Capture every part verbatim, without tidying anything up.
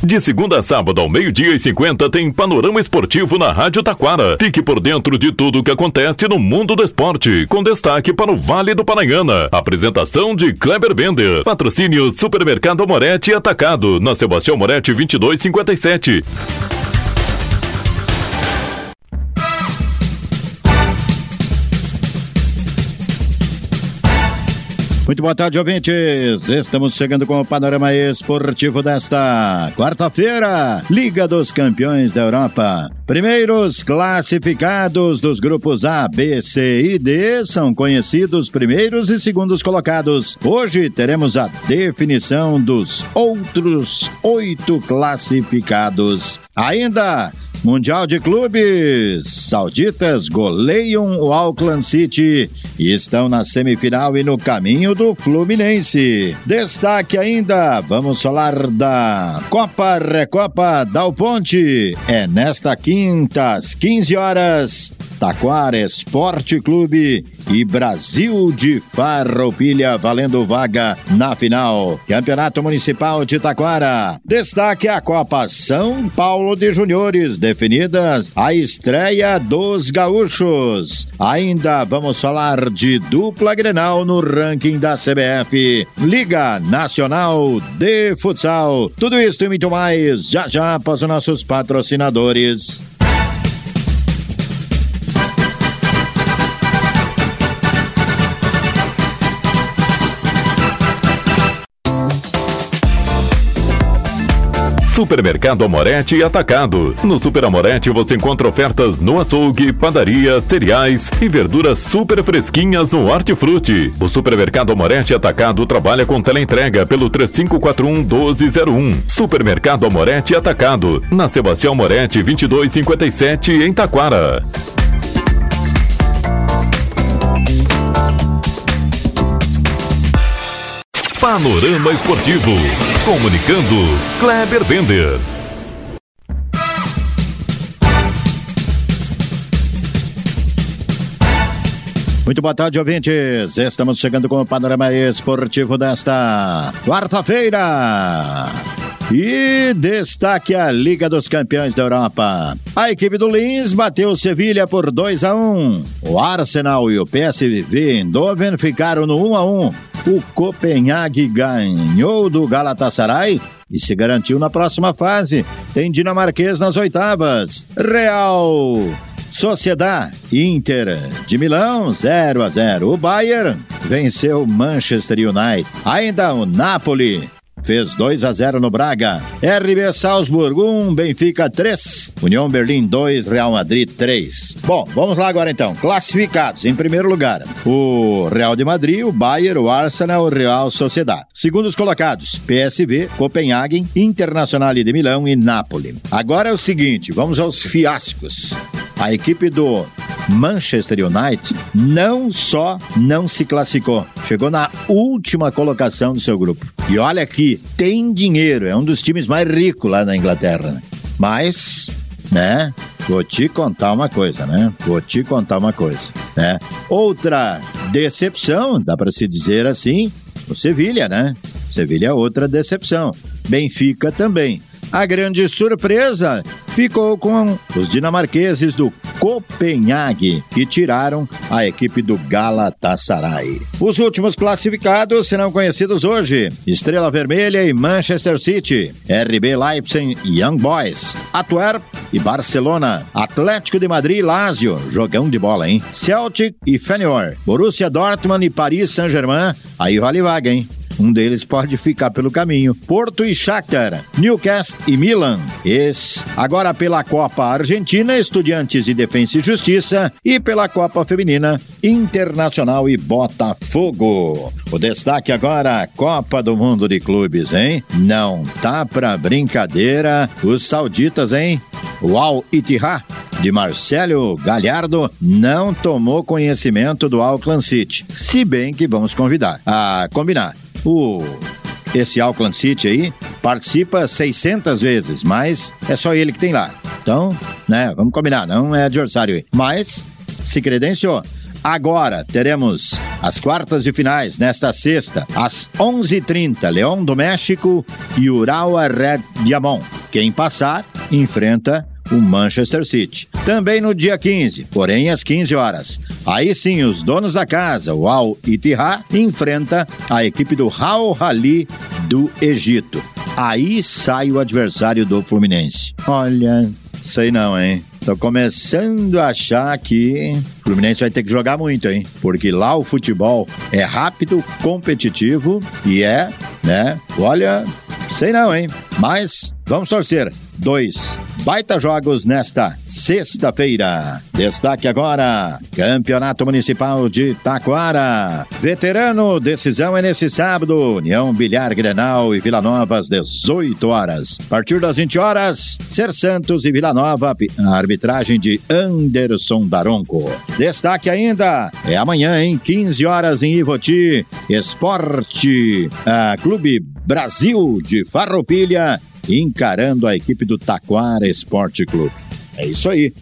De segunda a sábado ao meio-dia e cinquenta tem Panorama Esportivo na Rádio Taquara. Fique por dentro de tudo o que acontece no mundo do esporte, com destaque para o Vale do Paranhana. Apresentação de Kleber Bender. Patrocínio Supermercado Moretti Atacado, na Sebastião Moretti vinte e dois cinquenta e sete. Muito boa tarde, ouvintes. Estamos chegando com o panorama esportivo desta quarta-feira. Liga dos Campeões da Europa. Primeiros classificados dos grupos A, B, C e D são conhecidos primeiros e segundos colocados. Hoje teremos a definição dos outros oito classificados. Ainda Mundial de Clubes, sauditas goleiam o Auckland City e estão na semifinal e no caminho do Fluminense. Destaque ainda, vamos falar da Copa Recopa Dal Ponte. É nesta quinta, às quinze horas, Taquara Esporte Clube e Brasil de Farroupilha valendo vaga na final. Campeonato Municipal de Taquara. Destaque a Copa São Paulo de Juniores, definidas a estreia dos gaúchos. Ainda vamos falar de dupla Grenal no ranking da C B F. Liga Nacional de Futsal. Tudo isso e muito mais já já para os nossos patrocinadores. Supermercado Amoretti Atacado. No Super Amoretti você encontra ofertas no açougue, padaria, cereais e verduras super fresquinhas no Hortifruti. O Supermercado Amoretti Atacado trabalha com teleentrega pelo três cinco quatro um, um dois zero um. Supermercado Amoretti Atacado, na Sebastião Moretti vinte e dois cinquenta e sete, em Taquara. Panorama Esportivo. Comunicando, Kleber Bender. Muito boa tarde, ouvintes. Estamos chegando com o Panorama Esportivo desta quarta-feira. E destaque a Liga dos Campeões da Europa. A equipe do Linz bateu o Sevilha por dois a um. O Arsenal e o P S V Eindhoven ficaram no um a um. O Copenhague ganhou do Galatasaray e se garantiu na próxima fase. Tem dinamarquês nas oitavas. Real Sociedad Inter de Milão, zero a zero. O Bayern venceu o Manchester United. Ainda o Napoli fez dois a zero no Braga. R B Salzburgo um, Benfica três. União Berlim dois, Real Madrid três. Bom, vamos lá agora então. Classificados, em primeiro lugar, o Real de Madrid, o Bayern, o Arsenal, o Real Sociedad. Segundos colocados, P S V, Copenhagen, Internacional de Milão e Napoli. Agora é o seguinte, vamos aos fiascos. A equipe do Manchester United não só não se classificou, chegou na última colocação do seu grupo. E olha aqui, tem dinheiro, é um dos times mais ricos lá na Inglaterra. Mas, né, vou te contar uma coisa, né? Vou te contar uma coisa, né? Outra decepção, dá para se dizer assim, o Sevilha, né? Sevilha é outra decepção. Benfica também. A grande surpresa ficou com os dinamarqueses do Copenhague, que tiraram a equipe do Galatasaray. Os últimos classificados serão conhecidos hoje: Estrela Vermelha e Manchester City, R B Leipzig e Young Boys, Antwerp e Barcelona, Atlético de Madrid e Lazio, jogão de bola, hein? Celtic e Feyenoord, Borussia Dortmund e Paris Saint-Germain, aí vale vaga, hein? Um deles pode ficar pelo caminho. Porto e Shakhtar, Newcastle e Milan. Esse. Agora pela Copa Argentina, Estudiantes e Defensa e Justiça. E pela Copa Feminina, Internacional e Botafogo. O destaque agora, Copa do Mundo de Clubes, hein? Não tá pra brincadeira os sauditas, hein? O Al Ittihad de Marcelo Galhardo não tomou conhecimento do Auckland City. Se bem que vamos convidar a combinar. O, esse Auckland City aí participa seiscentas vezes, mas é só ele que tem lá. Então, né, vamos combinar, não é adversário aí. Mas se credenciou. Agora teremos as quartas de finais nesta sexta, às onze e trinta, Leão do México e Urawa Red Diamond. Quem passar, enfrenta o Manchester City. Também no dia quinze, porém às quinze horas. Aí sim, os donos da casa, o Al Ittihad, enfrenta a equipe do Al Ahly do Egito. Aí sai o adversário do Fluminense. Olha, sei não, hein? Tô começando a achar que o Fluminense vai ter que jogar muito, hein? Porque lá o futebol é rápido, competitivo e é, né? Olha, sei não, hein? Mas vamos torcer. Dois baita jogos nesta sexta-feira. Destaque agora, Campeonato Municipal de Taquara. Veterano, decisão é nesse sábado. União Bilhar Grenal e Vila Nova às dezoito horas. A partir das vinte horas, Ser Santos e Vila Nova, a arbitragem de Anderson Daronco. Destaque ainda, é amanhã em quinze horas em Ivoti, Esporte a Clube Brasil de Farroupilha, encarando a equipe do Taquara Esporte Clube. É isso aí.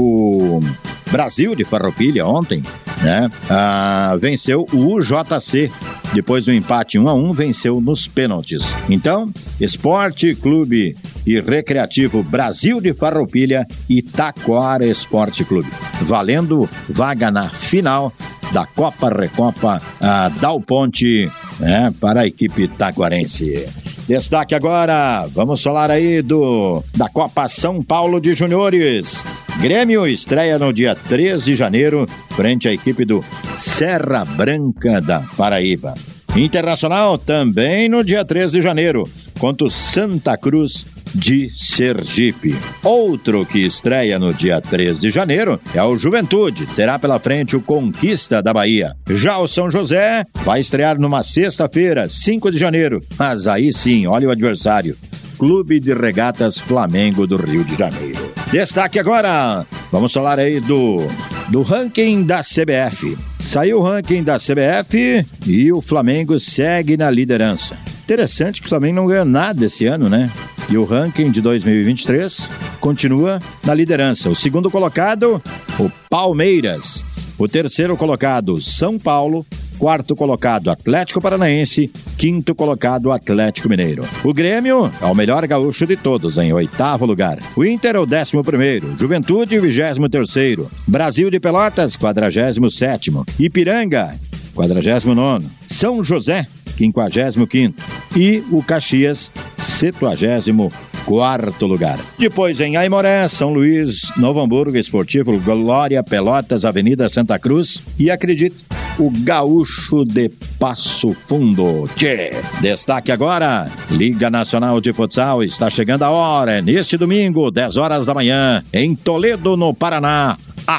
O Brasil de Farroupilha ontem, né, ah, venceu o U J C. Depois do empate um a um, venceu nos pênaltis. Então, Esporte Clube e Recreativo Brasil de Farroupilha e Taquara Esporte Clube. Valendo vaga na final da Copa Recopa ah, Dal Ponte, né, para a equipe taquarense. Destaque agora, vamos falar aí do da Copa São Paulo de Juniores. Grêmio estreia no dia três de janeiro, frente à equipe do Serra Branca da Paraíba. Internacional também no dia três de janeiro, contra o Santa Cruz de Sergipe. Outro que estreia no dia três de janeiro é o Juventude, terá pela frente o Conquista da Bahia. Já o São José vai estrear numa sexta-feira, cinco de janeiro, mas aí sim, olha o adversário, Clube de Regatas Flamengo do Rio de Janeiro. Destaque agora, vamos falar aí do, do ranking da C B F. Saiu o ranking da C B F e o Flamengo segue na liderança. Interessante que o Flamengo não ganhou nada esse ano, né? E o ranking de dois mil e vinte e três continua na liderança. O segundo colocado, o Palmeiras. O terceiro colocado, São Paulo. Quarto colocado, Atlético Paranaense. Quinto colocado, Atlético Mineiro. O Grêmio é o melhor gaúcho de todos, em oitavo lugar. O Inter é o décimo primeiro. Juventude, vigésimo terceiro. Brasil de Pelotas, quadragésimo sétimo. Ipiranga, quadragésimo nono. São José, quinquagésimo quinto. E o Caxias, septuagésimo quarto lugar. Depois em Aimoré, São Luís, Novo Hamburgo, Esportivo Glória, Pelotas, Avenida Santa Cruz e, acredite, o Gaúcho de Passo Fundo. Tchê! Destaque agora, Liga Nacional de Futsal, está chegando a hora, é neste domingo, dez horas da manhã, em Toledo, no Paraná,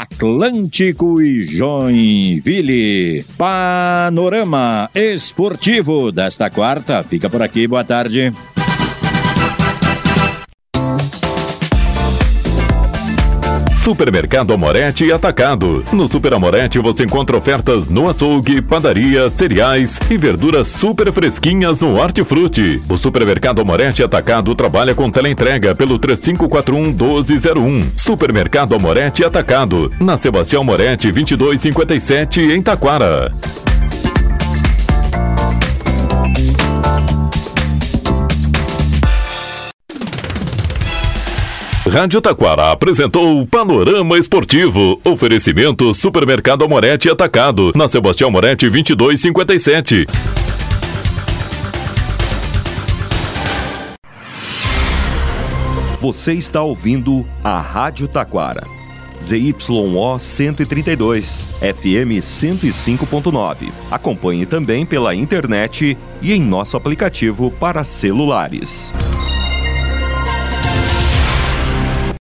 Atlântico e Joinville. Panorama esportivo desta quarta fica por aqui, boa tarde. Supermercado Amoretti Atacado. No Super Amoretti você encontra ofertas no açougue, padaria, cereais e verduras super fresquinhas no Hortifruti. O Supermercado Amoretti Atacado trabalha com teleentrega pelo três cinco quatro um, um dois zero um. Supermercado Amoretti Atacado, na Sebastião Moretti vinte e dois cinquenta e sete, em Taquara. Rádio Taquara apresentou o Panorama Esportivo. Oferecimento Supermercado Amoretti Atacado, na Sebastião Moretti vinte e dois cinquenta e sete. Você está ouvindo a Rádio Taquara. Z Y O cento e trinta e dois, F M cento e cinco ponto nove. Acompanhe também pela internet e em nosso aplicativo para celulares.